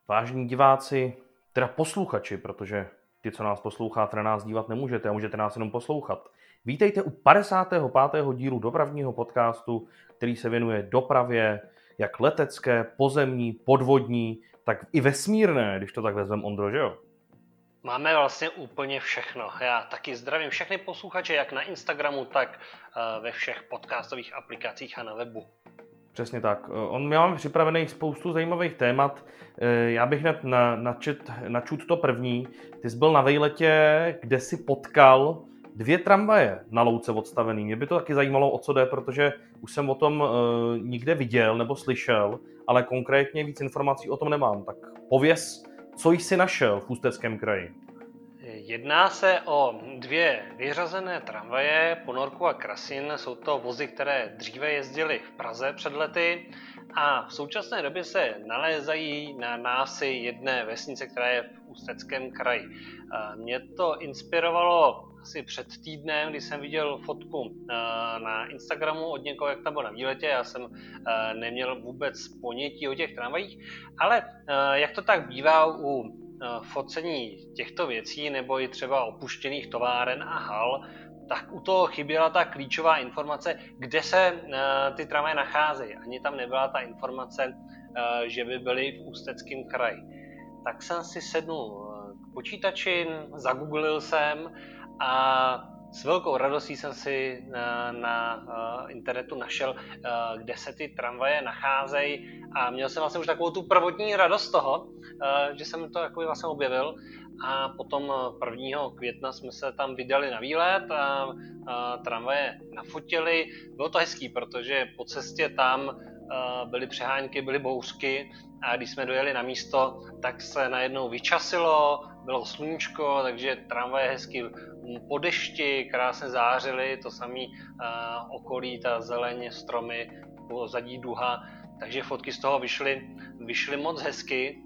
Vážení diváci, teda posluchači, protože ty, co nás posloucháte, na nás dívat nemůžete a můžete nás jenom poslouchat. Vítejte u 55. dílu dopravního podcastu, který se věnuje dopravě, jak letecké, pozemní, podvodní, tak i vesmírné, když to tak vezmeme, Ondro, že jo? Máme vlastně úplně všechno. Já taky zdravím všechny posluchače, jak na Instagramu, tak ve všech podcastových aplikacích a na webu. Přesně tak. My máme připravených spoustu zajímavých témat. Já bych hned načut to první. Ty jsi byl na vejletě, kde si potkal 2 tramvaje na louce odstavený. Mě by to taky zajímalo, o co jde, protože už jsem o tom nikde viděl nebo slyšel, ale konkrétně víc informací o tom nemám. Tak pověz, co jsi našel v Ústeckém kraji. Jedná se o 2 vyřazené tramvaje, Ponorku a Krasin. Jsou to vozy, které dříve jezdily v Praze před lety a v současné době se nalézají na návsi jedné vesnice, která je v Ústeckém kraji. Mě to inspirovalo asi před týdnem, kdy jsem viděl fotku na Instagramu od někoho, jak tam byl na výletě. Já jsem neměl vůbec ponětí o těch tramvajích, ale jak to tak bývá u focení těchto věcí nebo i třeba opuštěných továren a hal, tak u toho chyběla ta klíčová informace, kde se ty tramvaje nacházejí. Ani tam nebyla ta informace, že by byly v Ústeckém kraji. Tak jsem si sednul k počítači, zagooglil jsem a s velkou radostí jsem si na internetu našel, kde se ty tramvaje nacházejí a měl jsem vlastně už takovou tu prvotní radost z toho, že jsem to jako vlastně objevil a potom 1. května jsme se tam vydali na výlet a tramvaje nafotili. Bylo to hezký, protože po cestě tam byly přehánky, byly bouřky a když jsme dojeli na místo, tak se najednou vyčasilo, bylo sluníčko, takže tramvaje hezky po dešti krásně zářily, to samý okolí, ta zeleň, stromy, pozadí duha, takže fotky z toho vyšly moc hezky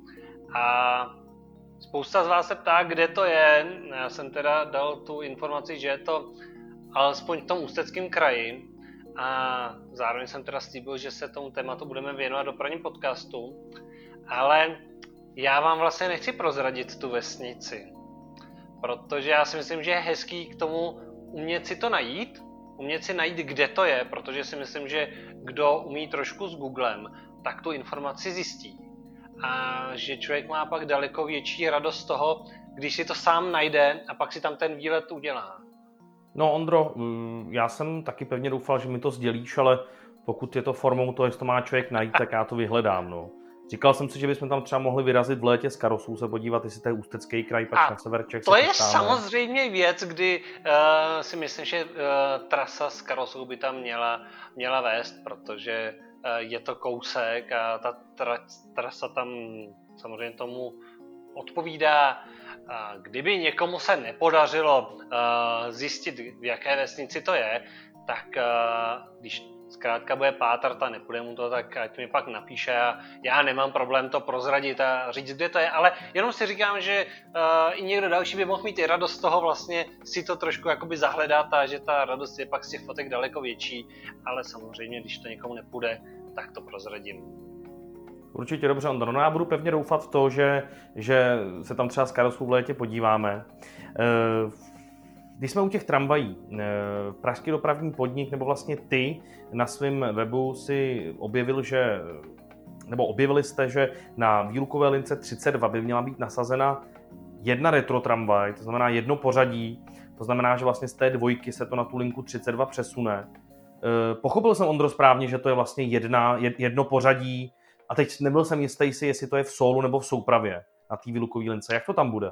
a spousta z vás se ptá, kde to je. Já jsem teda dal tu informaci, že je to alespoň v tom Ústeckém kraji a zároveň jsem teda slíbil, že se tomu tématu budeme věnovat v dopravním podcastu, ale já vám vlastně nechci prozradit tu vesnici, protože já si myslím, že je hezký k tomu umět si to najít, umět si najít, kde to je, protože si myslím, že kdo umí trošku s Googlem, tak tu informaci zjistí. A že člověk má pak daleko větší radost z toho, když si to sám najde a pak si tam ten výlet udělá. No Ondro, já jsem taky pevně doufal, že mi to sdělíš, ale pokud je to formou toho, že to má člověk najít, tak já to vyhledám. No. Říkal jsem si, že bychom tam třeba mohli vyrazit v létě z Karosů, se podívat, jestli to je Ústecký kraj, pak na sever Čech. To je samozřejmě věc, kdy si myslím, že trasa z Karosů by tam měla vést, protože je to kousek a ta trasa tam samozřejmě tomu odpovídá. Kdyby někomu se nepodařilo zjistit, v jaké vesnici to je, tak když zkrátka bude pátrat a nepůjde mu to, tak ať mi pak napíše a já nemám problém to prozradit a říct, kde to je, ale jenom si říkám, že i někdo další by mohl mít i radost z toho vlastně si to trošku jakoby zahledat a že ta radost je pak z těch fotek daleko větší, ale samozřejmě, když to někomu nepůjde, tak to prozradím. Určitě dobře, Ondro. No já budu pevně doufat v to, že se tam třeba z Karosů v létě podíváme. Když jsme u těch tramvají, Pražský dopravní podnik, nebo vlastně ty na svém webu si objevili jste, že na výlukové lince 32 by měla být nasazena 1 retro tramvaj, to znamená 1 pořadí, to znamená, že vlastně z té 2 se to na tu linku 32 přesune. Pochopil jsem, Ondro, správně, že to je vlastně 1 pořadí a teď nebyl jsem jistý si, jestli to je v Soulu nebo v Soupravě na té výlukové lince. Jak to tam bude?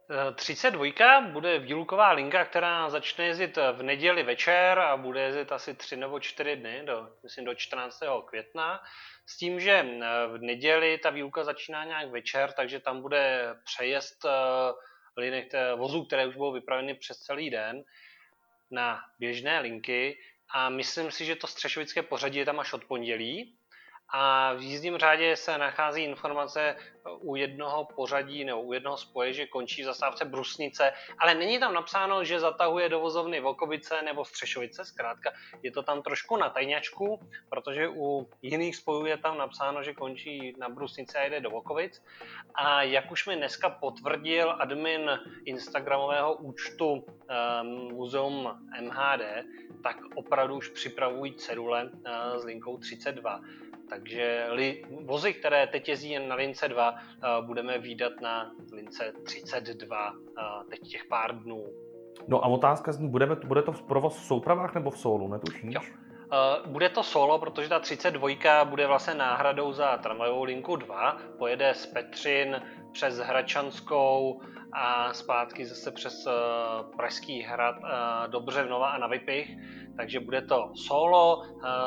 32 bude výluková linka, která začne jezdit v neděli večer a bude jezdit asi 3 nebo 4 dny, do 14. května. S tím, že v neděli ta výluka začíná nějak večer, takže tam bude přejezd linek vozů, které už budou vypraveny přes celý den na běžné linky. A myslím si, že to střešovické pořadí je tam až od pondělí. a v jízdním řádě se nachází informace u jednoho pořadí nebo u jednoho spoje, že končí v zastávce Brusnice, ale není tam napsáno, že zatahuje do vozovny Volkovice nebo Střešovice, zkrátka je to tam trošku na tajňačku, protože u jiných spojů je tam napsáno, že končí na Brusnici a jde do Volkovic. A jak už mi dneska potvrdil admin instagramového účtu Muzeum MHD, tak opravdu už připravují cedule s linkou 32. Takže vozy, které teď jezdí na lince 2, budeme vídat na lince 32 teď těch pár dnů. No a otázka zní, bude to v provoz v soupravách nebo v solu, netušíš? Jo. Bude to solo, protože ta 32 bude vlastně náhradou za tramvajovou linku 2. Pojede z Petřin přes Hradčanskou a zpátky zase přes Pražský hrad do Břevnova a na Vypich. Takže bude to solo,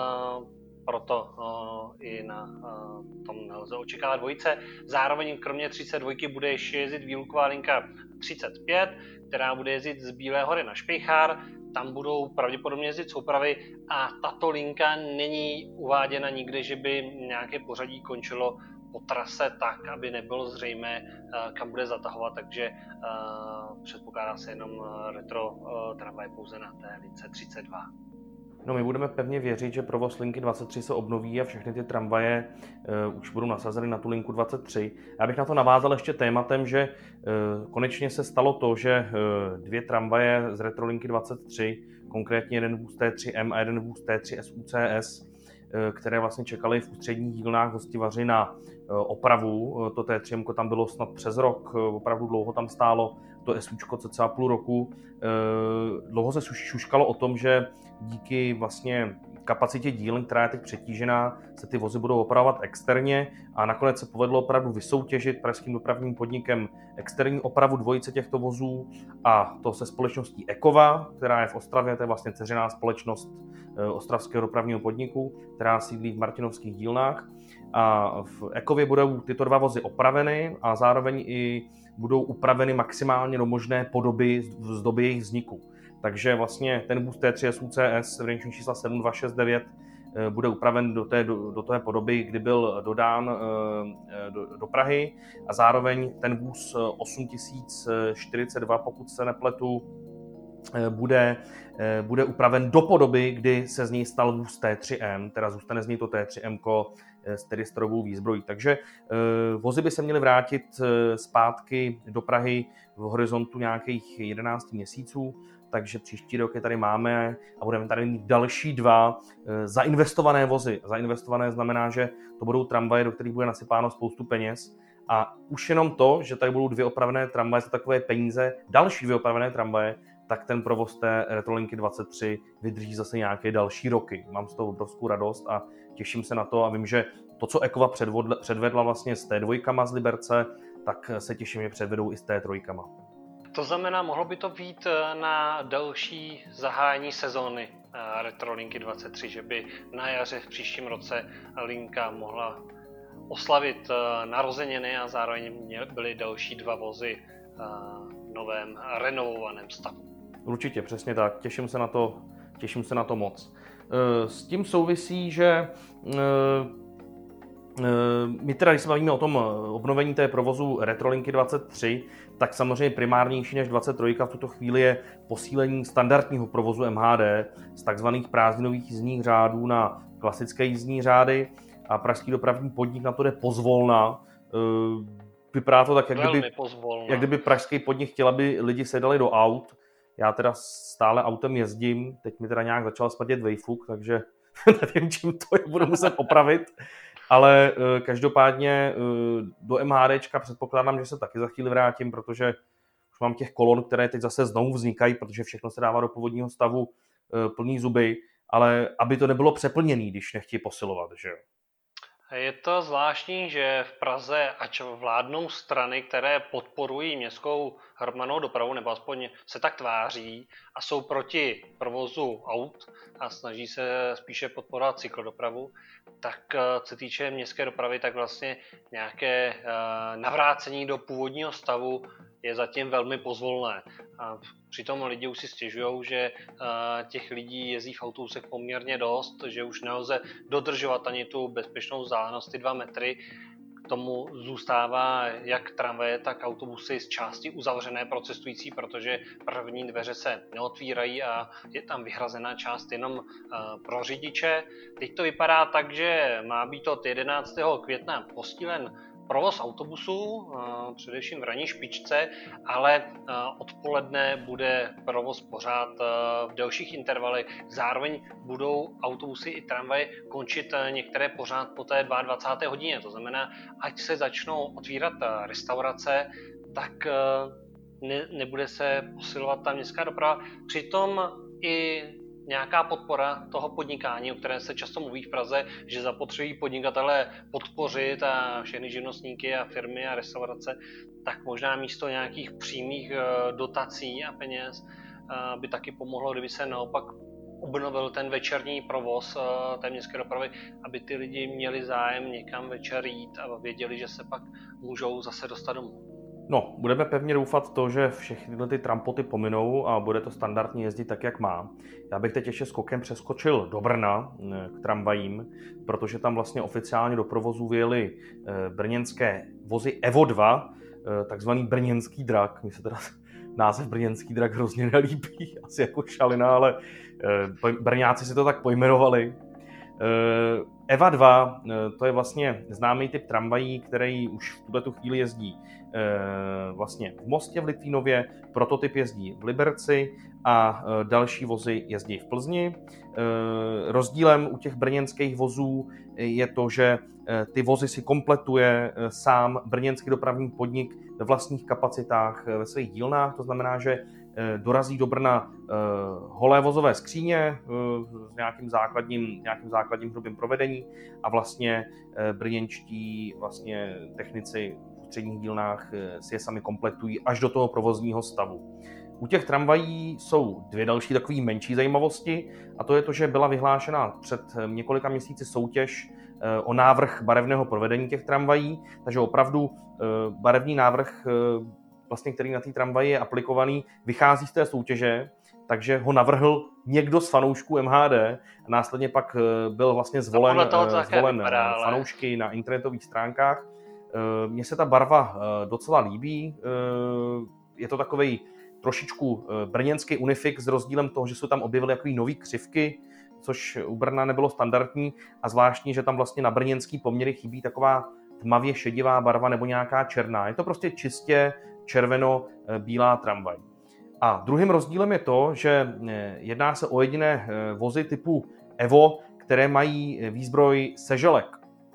proto i na tom nelze očekávat dvojice. Zároveň kromě 32 bude ještě jezdit výluková linka 35, která bude jezdit z Bílé hory na Špejchár. Tam budou pravděpodobně jezdit soupravy a tato linka není uváděna nikde, že by nějaké pořadí končilo po trase tak, aby nebylo zřejmé, kam bude zatahovat, takže předpokládá se jenom retro tramvaj pouze na té lince 32. No, my budeme pevně věřit, že provoz linky 23 se obnoví a všechny ty tramvaje už budou nasazeny na tu linku 23. Já bych na to navázal ještě tématem, že konečně se stalo to, že 2 tramvaje z retrolinky 23, konkrétně jeden vůz T3M a jeden vůz T3 SUCS, které vlastně čekaly v ústředních dílnách Hostivaři na opravu. To T3M tam bylo snad přes rok, opravdu dlouho tam stálo, to SUčko cca půl roku. Dlouho se šuškalo o tom, že díky vlastně kapacitě dílen, která je teď přetížená, se ty vozy budou opravovat externě a nakonec se povedlo opravdu vysoutěžit pražským dopravním podnikem externí opravu dvojice těchto vozů a to se společností Ekova, která je v Ostravě, to je vlastně dceřiná společnost ostravského dopravního podniku, která sídlí v Martinovských dílnách. A v Ekově budou tyto 2 vozy opraveny a zároveň i budou upraveny maximálně do možné podoby z doby jejich vzniku. Takže vlastně ten vůz T3 SUCS v range čísla 7269 bude upraven do té podoby, kdy byl dodán do Prahy a zároveň ten vůz 8042, pokud se nepletu, bude upraven do podoby, kdy se z něj stal vůz T3M, teda zůstane z něj to T3M s terystorovou výzbrojí. Takže vozy by se měly vrátit zpátky do Prahy v horizontu nějakých 11 měsíců, takže příští rok je tady máme a budeme tady mít další 2 zainvestované vozy. Zainvestované znamená, že to budou tramvaje, do kterých bude nasypáno spoustu peněz a už jenom to, že tady budou 2 opravené tramvaje za takové peníze, další 2 opravené tramvaje, tak ten provoz té retrolinky 23 vydrží zase nějaké další roky. Mám z toho obrovskou radost a těším se na to a vím, že to, co Ekova předvedla vlastně s T2 z Liberce, tak se těším, že předvedou i s T3. To znamená, mohlo by to být na další zahájení sezóny retrolinky 23, že by na jaře v příštím roce linka mohla oslavit narozeniny a zároveň byly další 2 vozy v novém renovovaném stavu. Určitě, přesně tak. Těším se na to moc. S tím souvisí, že my teda, když se bavíme o tom obnovení té provozu retrolinky 23, tak samozřejmě primárnější než 23 v tuto chvíli je posílení standardního provozu MHD z takzvaných prázdninových jízdních řádů na klasické jízdní řády a pražský dopravní podnik na to jde pozvolna. Vypadá to tak, jak kdyby pražský podnik chtěl, aby lidi sedali do aut. Já teda stále autem jezdím, teď mi teda nějak začal smrdět vejfuk, takže nevím, čím to je, budu muset opravit. Ale každopádně do MHDčka předpokládám, že se taky za chvíli vrátím, protože už mám těch kolon, které teď zase znovu vznikají, protože všechno se dává do původního stavu plný zuby, ale aby to nebylo přeplněný, když nechtějí posilovat, že jo. Je to zvláštní, že v Praze, ač vládnou strany, které podporují městskou hromadnou dopravu, nebo aspoň se tak tváří a jsou proti provozu aut a snaží se spíše podporovat cyklodopravu, tak co se týče městské dopravy, tak vlastně nějaké navrácení do původního stavu je zatím velmi pozvolné. A Přitom lidi už si stěžují, že těch lidí jezdí v autobusech poměrně dost, že už nelze dodržovat ani tu bezpečnou vzdálenost, ty 2 metry. K tomu zůstává jak tramvaje, tak autobusy z části uzavřené pro cestující, protože první dveře se neotvírají a je tam vyhrazená část jenom pro řidiče. Teď to vypadá tak, že má být od 11. května posílen provoz autobusů, především v ranní špičce, ale odpoledne bude provoz pořád v delších intervalech. Zároveň budou autobusy i tramvaje končit některé pořád po té 22. hodině. To znamená, ať se začnou otvírat restaurace, tak nebude se posilovat ta městská doprava. Přitom i nějaká podpora toho podnikání, o které se často mluví v Praze, že zapotřebí podnikatele podpořit a všechny živnostníky a firmy a restaurace, tak možná místo nějakých přímých dotací a peněz by taky pomohlo, kdyby se naopak obnovil ten večerní provoz té městské dopravy, aby ty lidi měli zájem někam večer jít a věděli, že se pak můžou zase dostat domů. No, budeme pevně doufat to, že všechny ty trampoty pominou a bude to standardně jezdit tak, jak má. Já bych teď ještě skokem přeskočil do Brna k tramvajím, protože tam vlastně oficiálně do provozu vyjeli brněnské vozy Evo 2, takzvaný brněnský drak. Mně se teda název brněnský drak hrozně nelíbí, asi jako šalina, ale Brňáci si to tak pojmenovali. Eva 2, to je vlastně známý typ tramvají, který už v tuto chvíli jezdí vlastně v Mostě v Litvínově, prototyp jezdí v Liberci a další vozy jezdí v Plzni. Rozdílem u těch brněnských vozů je to, že ty vozy si kompletuje sám brněnský dopravní podnik ve vlastních kapacitách ve svých dílnách, to znamená, že dorazí do Brna holé vozové skříně s nějakým základním hrubým provedení a vlastně brněnští vlastně technici v ústředních dílnách si je sami kompletují až do toho provozního stavu. U těch tramvají jsou 2 další takové menší zajímavosti a to je to, že byla vyhlášena před několika měsíci soutěž o návrh barevného provedení těch tramvají, takže opravdu barevný návrh, vlastně, který na té tramvaji je aplikovaný, vychází z té soutěže, takže ho navrhl někdo z fanoušků MHD a následně pak byl vlastně zvolen fanoušky na internetových stránkách. Mně se ta barva docela líbí, je to takovej trošičku brněnský unifix s rozdílem toho, že jsou tam objevily takový nový křivky, což u Brna nebylo standardní a zvláštní, že tam vlastně na brněnský poměry chybí taková tmavě šedivá barva nebo nějaká černá. Je to prostě čistě červeno-bílá tramvaj. A druhým rozdílem je to, že jedná se o jediné vozy typu Evo, které mají výzbroj seželek.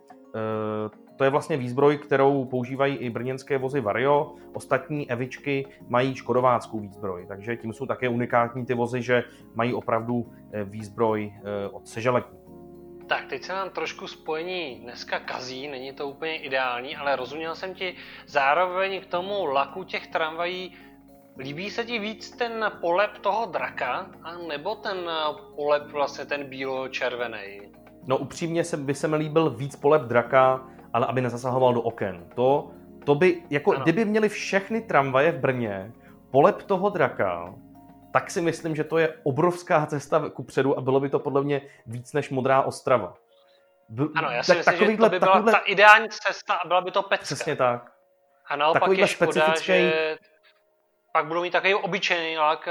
To je vlastně výzbroj, kterou používají i brněnské vozy Vario. Ostatní Evičky mají škodováckou výzbroj, takže tím jsou také unikátní ty vozy, že mají opravdu výzbroj od seželeků. Tak, teď se nám trošku spojení dneska kazí, není to úplně ideální, ale rozuměl jsem ti zároveň k tomu laku těch tramvají. Líbí se ti víc ten polep toho draka, nebo ten polep vlastně ten bílo-červený? No upřímně by se mi líbil víc polep draka, ale aby nezasahoval do oken. To by, jako ano. Kdyby měli všechny tramvaje v Brně polep toho draka, tak si myslím, že to je obrovská cesta kupředu a bylo by to podle mě víc než Modrá Ostrava. Ano, já si myslím, že to by byla ta ideální cesta a byla by to pecka. Přesně tak. A naopak je škoda, že pak budou mít takový obyčejný lak,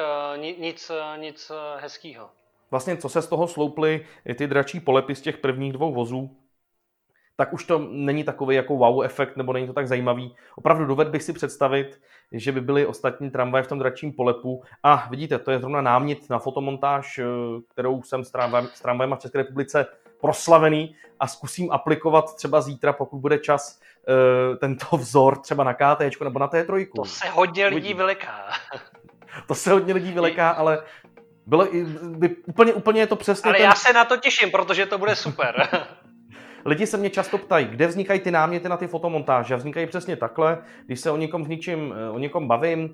nic hezkýho. Vlastně, co se z toho slouply ty dračí polepy z těch prvních 2 vozů, tak už to není takový jako wow efekt, nebo není to tak zajímavý. Opravdu dovedl bych si představit, že by byly ostatní tramvaje v tom dračím polepu. A vidíte, to je zrovna námět na fotomontáž, kterou jsem s tramvajem v České republice proslavený a zkusím aplikovat třeba zítra, pokud bude čas, tento vzor třeba na KT nebo na T3. To se hodně lidí vyleká. To se hodně lidí vyleká, ale úplně je to přesně. Ale já se na to těším, protože to bude super. Lidi se mě často ptají, kde vznikají ty náměty na ty fotomontáže. Vznikají přesně takhle, když se o někom bavím,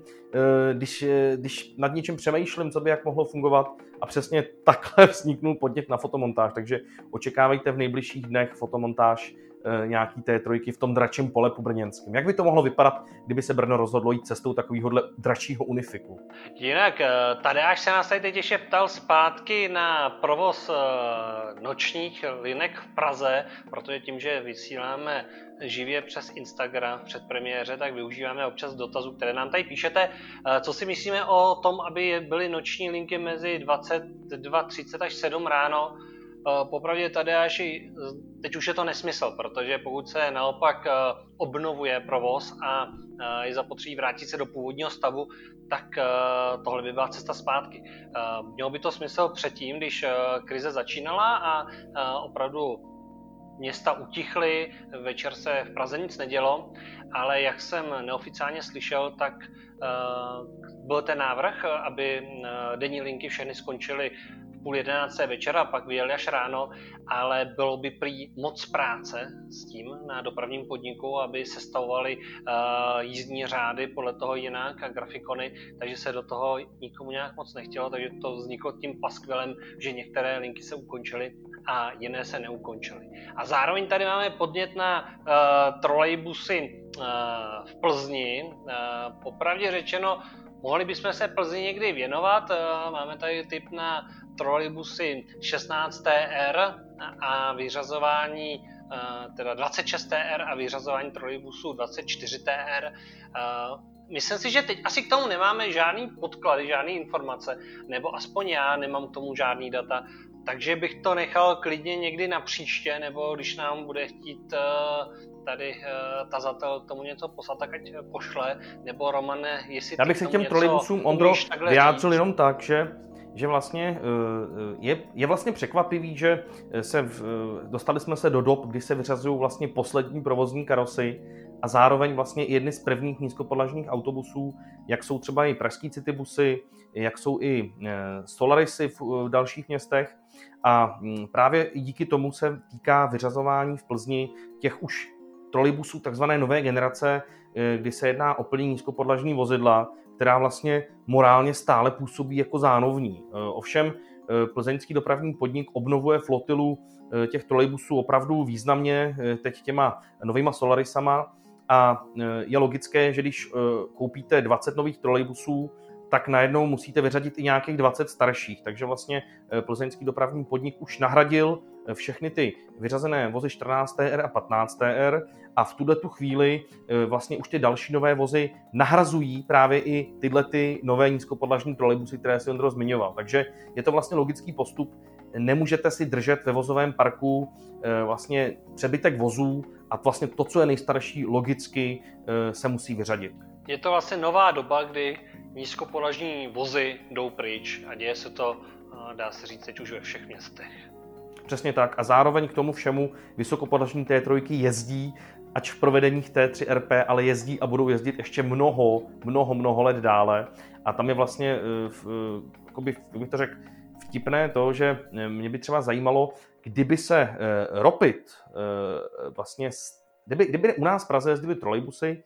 když nad něčím přemýšlím, co by jak mohlo fungovat a přesně takhle vzniknul podnět na fotomontáž. Takže očekávejte v nejbližších dnech fotomontáž nějaký T3 v tom dračím pole pobrněnském. Jak by to mohlo vypadat, kdyby se Brno rozhodlo jít cestou takovýhodle dračího unifiku? Jinak, Tadeáš se nás tady teď ještě ptal zpátky na provoz nočních linek v Praze, protože tím, že vysíláme živě přes Instagram v předpremiéře, tak využíváme občas dotazů, které nám tady píšete. Co si myslíme o tom, aby byly noční linky mezi 22:30 až 7 ráno? Popravdě Tadeáši, teď už je to nesmysl, protože pokud se naopak obnovuje provoz a je zapotřebí vrátit se do původního stavu, tak tohle by byla cesta zpátky. Mělo by to smysl předtím, když krize začínala a opravdu města utichly, večer se v Praze nic nedělo, ale jak jsem neoficiálně slyšel, tak byl ten návrh, aby denní linky všechny skončily v 10:30 večera a pak vyjeli až ráno, ale bylo by prý moc práce s tím na dopravním podniku, aby sestavovali jízdní řády podle toho jinak a grafikony, takže se do toho nikomu nějak moc nechtělo, takže to vzniklo tím paskvilem, že některé linky se ukončily a jiné se neukončily. A zároveň tady máme podnět na trolejbusy v Plzni. Popravdě řečeno, mohli bychom se Plzni někdy věnovat. Máme tady tip na trolejbusy 16TR a vyřazování, teda 26TR a vyřazování trolejbusů 24TR. Myslím si, že teď asi k tomu nemáme žádný podklady, žádné informace, nebo aspoň já nemám k tomu žádný data, takže bych to nechal klidně někdy na příště, nebo když nám bude chtít tady tazatel k tomu něco poslat, tak ať pošle, nebo Romane, jestli já bych se k těm trolejbusům, Ondro, vyjádřil jenom tak, že vlastně je vlastně překvapivý, že dostali jsme se do dob, kdy se vyřazují vlastně poslední provozní karosy a zároveň vlastně jedny z prvních nízkopodlažních autobusů, jak jsou třeba i pražský citybusy, jak jsou i Solarisy v dalších městech. A právě díky tomu se týká vyřazování v Plzni těch už trolejbusů takzvané nové generace, kdy se jedná o plně nízkopodlažní vozidla, která vlastně morálně stále působí jako zánovní. Ovšem plzeňský dopravní podnik obnovuje flotilu těch trolejbusů opravdu významně teď těma novýma Solarisama a je logické, že když koupíte 20 nových trolejbusů, tak najednou musíte vyřadit i nějakých 20 starších. Takže vlastně plzeňský dopravní podnik už nahradil všechny ty vyřazené vozy 14TR a 15TR a v tuto chvíli vlastně už ty další nové vozy nahrazují právě i tyhle ty nové nízkopodlažní trolejbusy, které si Ondro zmiňoval. Takže je to vlastně logický postup. Nemůžete si držet ve vozovém parku vlastně přebytek vozů a vlastně to, co je nejstarší, logicky se musí vyřadit. Je to vlastně nová doba, kdy nízkopodlažní vozy jdou pryč a děje se to, dá se říct, teď už ve všech městech. Přesně tak a zároveň k tomu všemu vysokopodlažní T3 jezdí, ač v provedeních T3RP, ale jezdí a budou jezdit ještě mnoho let dále. A tam je vlastně, bych to řekl, vtipné to, že mě by třeba zajímalo, kdyby se Ropit, vlastně, kdyby u nás v Praze jezdily trolejbusy,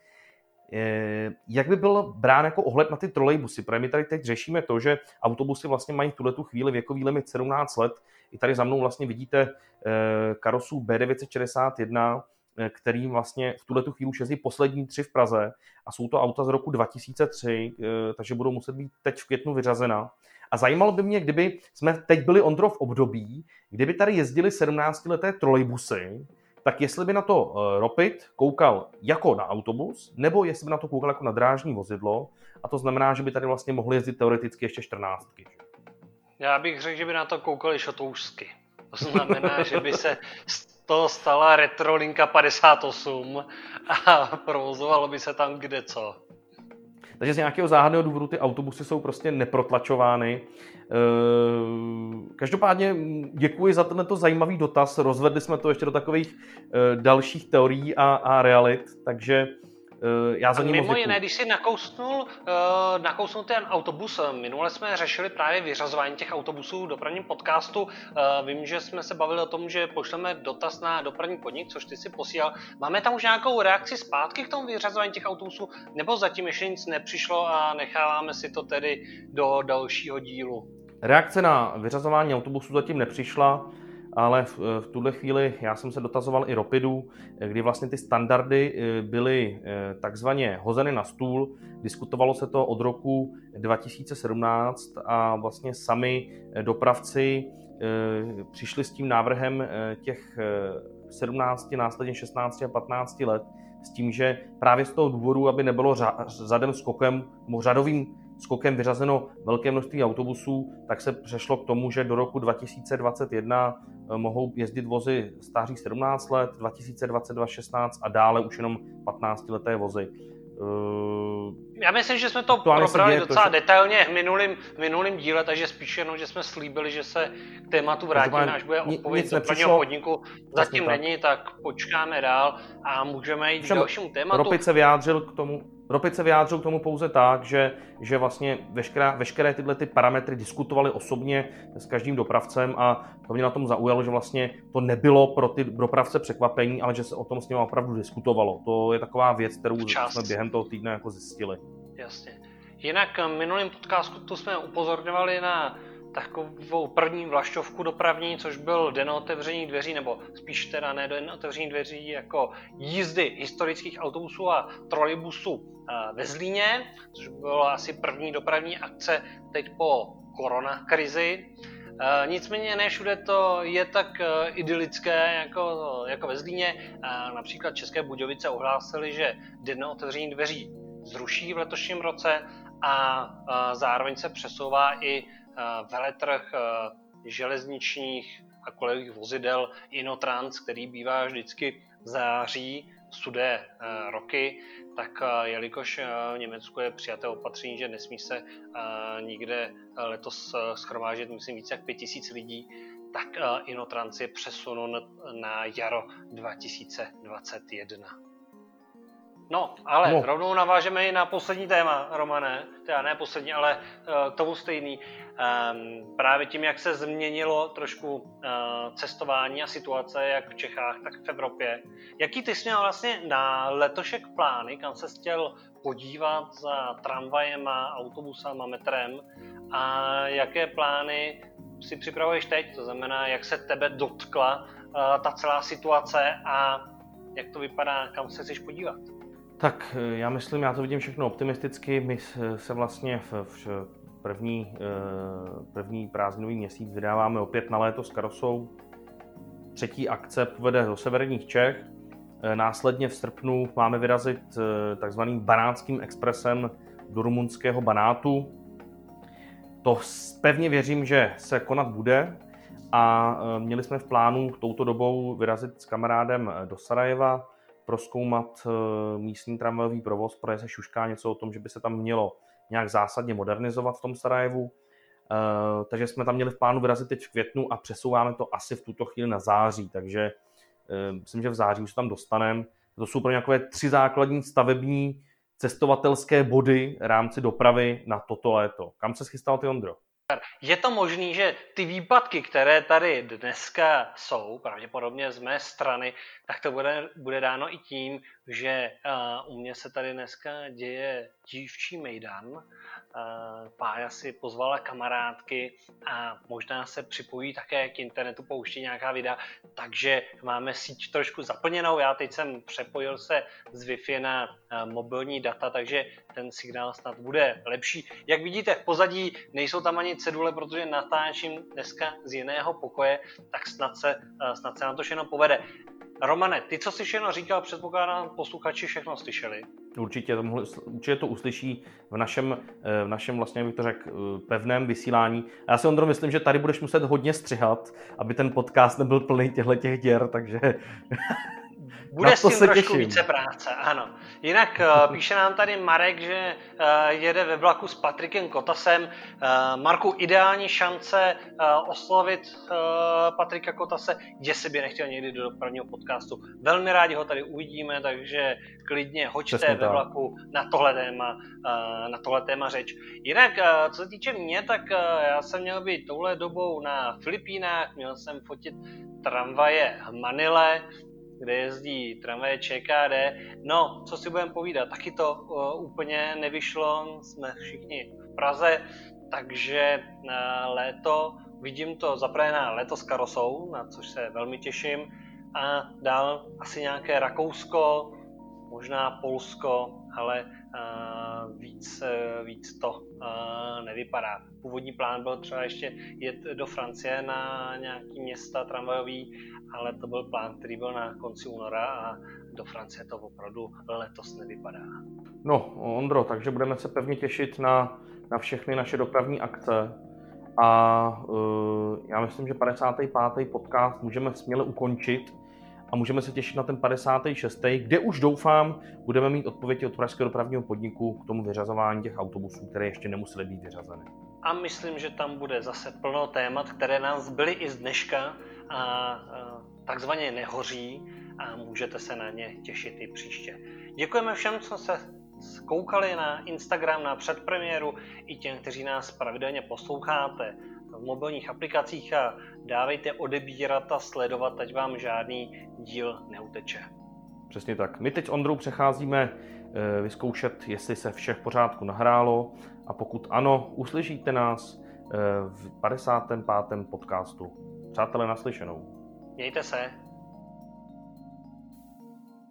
jak by byl brán jako ohled na ty trolejbusy? Protože my tady teď řešíme to, že autobusy vlastně mají v tuhletu chvíli věkový limit 17 let. I tady za mnou vlastně vidíte karosu B961, který vlastně v tuhletu chvíli už jezdí poslední 3 v Praze a jsou to auta z roku 2003, takže budou muset být teď v květnu vyřazena. A zajímalo by mě, kdyby jsme teď byli, Ondro, v období, kdyby tady jezdili 17leté trolejbusy, tak jestli by na to Ropit koukal jako na autobus, nebo jestli by na to koukal jako na drážní vozidlo, a to znamená, že by tady vlastně mohly jezdit teoreticky ještě 14. Já bych řekl, že by na to koukali šotoušsky. To znamená, že by se z toho stala retrolinka 58 a provozovalo by se tam kdeco. Takže z nějakého záhadného důvodu ty autobusy jsou prostě neprotlačovány. Každopádně děkuji za tento zajímavý dotaz. Rozvedli jsme to ještě do takových dalších teorií a realit, takže já za ním moc děkuji. Mimo jiné, když si nakousnul ten autobus, minule jsme řešili právě vyřazování těch autobusů v dopravním podcastu. Vím, že jsme se bavili o tom, že pošleme dotaz na dopravní podnik, což ty si posílal. Máme tam už nějakou reakci zpátky k tomu vyřazování těch autobusů, nebo zatím ještě nic nepřišlo a necháváme si to tedy do dalšího dílu? Reakce na vyřazování autobusů zatím nepřišla. ale v tuhle chvíli já jsem se dotazoval i Ropidu, kdy vlastně ty standardy byly takzvaně hozeny na stůl. Diskutovalo se to od roku 2017 a vlastně sami dopravci přišli s tím návrhem těch 17, následně 16 a 15 let, s tím, že právě z toho důvodu, aby nebylo řadovým skokem vyřazeno velké množství autobusů, tak se přešlo k tomu, že do roku 2021 mohou jezdit vozy stáří 17 let, 2022 16 a dále už jenom 15leté vozy. Já myslím, že jsme to probrali docela detailně v minulým díle, takže spíš jenom, že jsme slíbili, že se k tématu vrátíme, až bude odpověď z dopravního podniku. Zatím není, tak počkáme dál a můžeme jít k dalšímu tématu. Ropit se vyjádřil k tomu pouze tak, že vlastně veškeré tyhle ty parametry diskutovali osobně s každým dopravcem a to mě na tom zaujalo, že vlastně to nebylo pro ty dopravce překvapení, ale že se o tom s nimi opravdu diskutovalo. To je taková věc, kterou jsme během toho týdne jako zjistili. Jasně. Jinak v minulém podcastu jsme upozorňovali na takovou první vlaštovku dopravní, což byl den otevření dveří, nebo spíš teda ne den otevření dveří, jako jízdy historických autobusů a trolejbusů ve Zlíně, což byla asi první dopravní akce teď po koronakrizi. Nicméně ne všude to je tak idylické jako ve Zlíně. Například České Budějovice ohlásili, že den otevření dveří zruší v letošním roce a zároveň se přesouvá i veletrh železničních a kolejových vozidel Inotrans, který bývá vždycky v září sudé roky, tak jelikož v Německu je přijaté opatření, že nesmí se nikde letos shromáždit, myslím, více jak 5000 lidí, tak Inotrans je přesunut na jaro 2021. No, ale rovnou navážeme i na poslední téma, Romane, teda ne poslední, ale tomu stejný. Právě tím, jak se změnilo trošku cestování a situace, jak v Čechách, tak v Evropě. Jaký ty jsi měl vlastně na letošek plány, kam se chtěl podívat za tramvajema, autobusama, metrem a jaké plány si připravuješ teď? To znamená, jak se tebe dotkla ta celá situace a jak to vypadá, kam se chceš podívat? Tak já to vidím všechno optimisticky. My se vlastně v první prázdninový měsíc vydáváme opět na léto s karosou. Třetí akce povede do severních Čech. Následně v srpnu máme vyrazit takzvaným Banátským expresem do rumunského Banátu. To pevně věřím, že se konat bude a měli jsme v plánu touto dobou vyrazit s kamarádem do Sarajeva, prozkoumat místní tramvajový provoz, protože se šušká něco o tom, že by se tam mělo nějak zásadně modernizovat v tom Sarajevu. Takže jsme tam měli v plánu vyrazit teď v květnu a přesouváme to asi v tuto chvíli na září, takže myslím, že v září už se tam dostaneme. To jsou pro takové 3 základní stavební cestovatelské body v rámci dopravy na toto léto. Kam se schystal ty, Ondro? Je to možný, že ty výpadky, které tady dneska jsou, pravděpodobně z mé strany, tak to bude dáno i tím, že u mě se tady dneska děje dívčí mejdan. Pája si pozvala kamarádky a možná se připojí také k internetu, pouští nějaká videa, takže máme síť trošku zaplněnou. Já teď jsem přepojil se z Wi-Fi na mobilní data, takže ten signál snad bude lepší. Jak vidíte v pozadí, nejsou tam ani cedule, protože natáčím dneska z jiného pokoje, tak snad se nám to všechno povede. Romane, ty, co jsi všechno říkal, předpokládám, posluchači všechno slyšeli. Určitě to uslyší v našem vlastně, jak bych to řekl, pevném vysílání. A já si, Ondro, myslím, že tady budeš muset hodně střihat, aby ten podcast nebyl plný těch děr, takže bude s tím trošku více práce, ano. Jinak píše nám tady Marek, že jede ve vlaku s Patrikem Kotasem. Marku, ideální šance oslovit Patrika Kotase, jestli by nechtěl někdy do dopravního podcastu. Velmi rádi ho tady uvidíme, takže klidně hoďte ve vlaku na tohle téma řeč. Jinak, co se týče mě, tak já jsem měl být touhle dobou na Filipínách, měl jsem fotit tramvaje v Manile, kde jezdí tramvaje ČKD. No, co si budeme povídat, taky to úplně nevyšlo, jsme všichni v Praze, takže léto vidím to zaprvé na letos Karosou, na což se velmi těším, a dál asi nějaké Rakousko, možná Polsko, ale víc to nevypadá. Původní plán byl třeba ještě jet do Francie na nějaký města tramvajový, ale to byl plán, který byl na konci února a do Francie to opravdu letos nevypadá. No, Ondro, takže budeme se pevně těšit na všechny naše dopravní akce a já myslím, že 55. podcast můžeme směle ukončit a můžeme se těšit na ten 56., kde už doufám, budeme mít odpovědi od Pražského dopravního podniku k tomu vyřazování těch autobusů, které ještě nemusely být vyřazeny. A myslím, že tam bude zase plno témat, které nám zbyly i z dneška a takzvaně nehoří a můžete se na ně těšit i příště. Děkujeme všem, co se koukali na Instagram, na předpremiéru, i těm, kteří nás pravidelně posloucháte v mobilních aplikacích a dávejte odebírat a sledovat, ať vám žádný díl neuteče. Přesně tak. My teď s Ondrou přecházíme vyzkoušet, jestli se vše v pořádku nahrálo a pokud ano, uslyšíte nás v 55. podcastu. Přátelé, naslyšenou. Mějte se.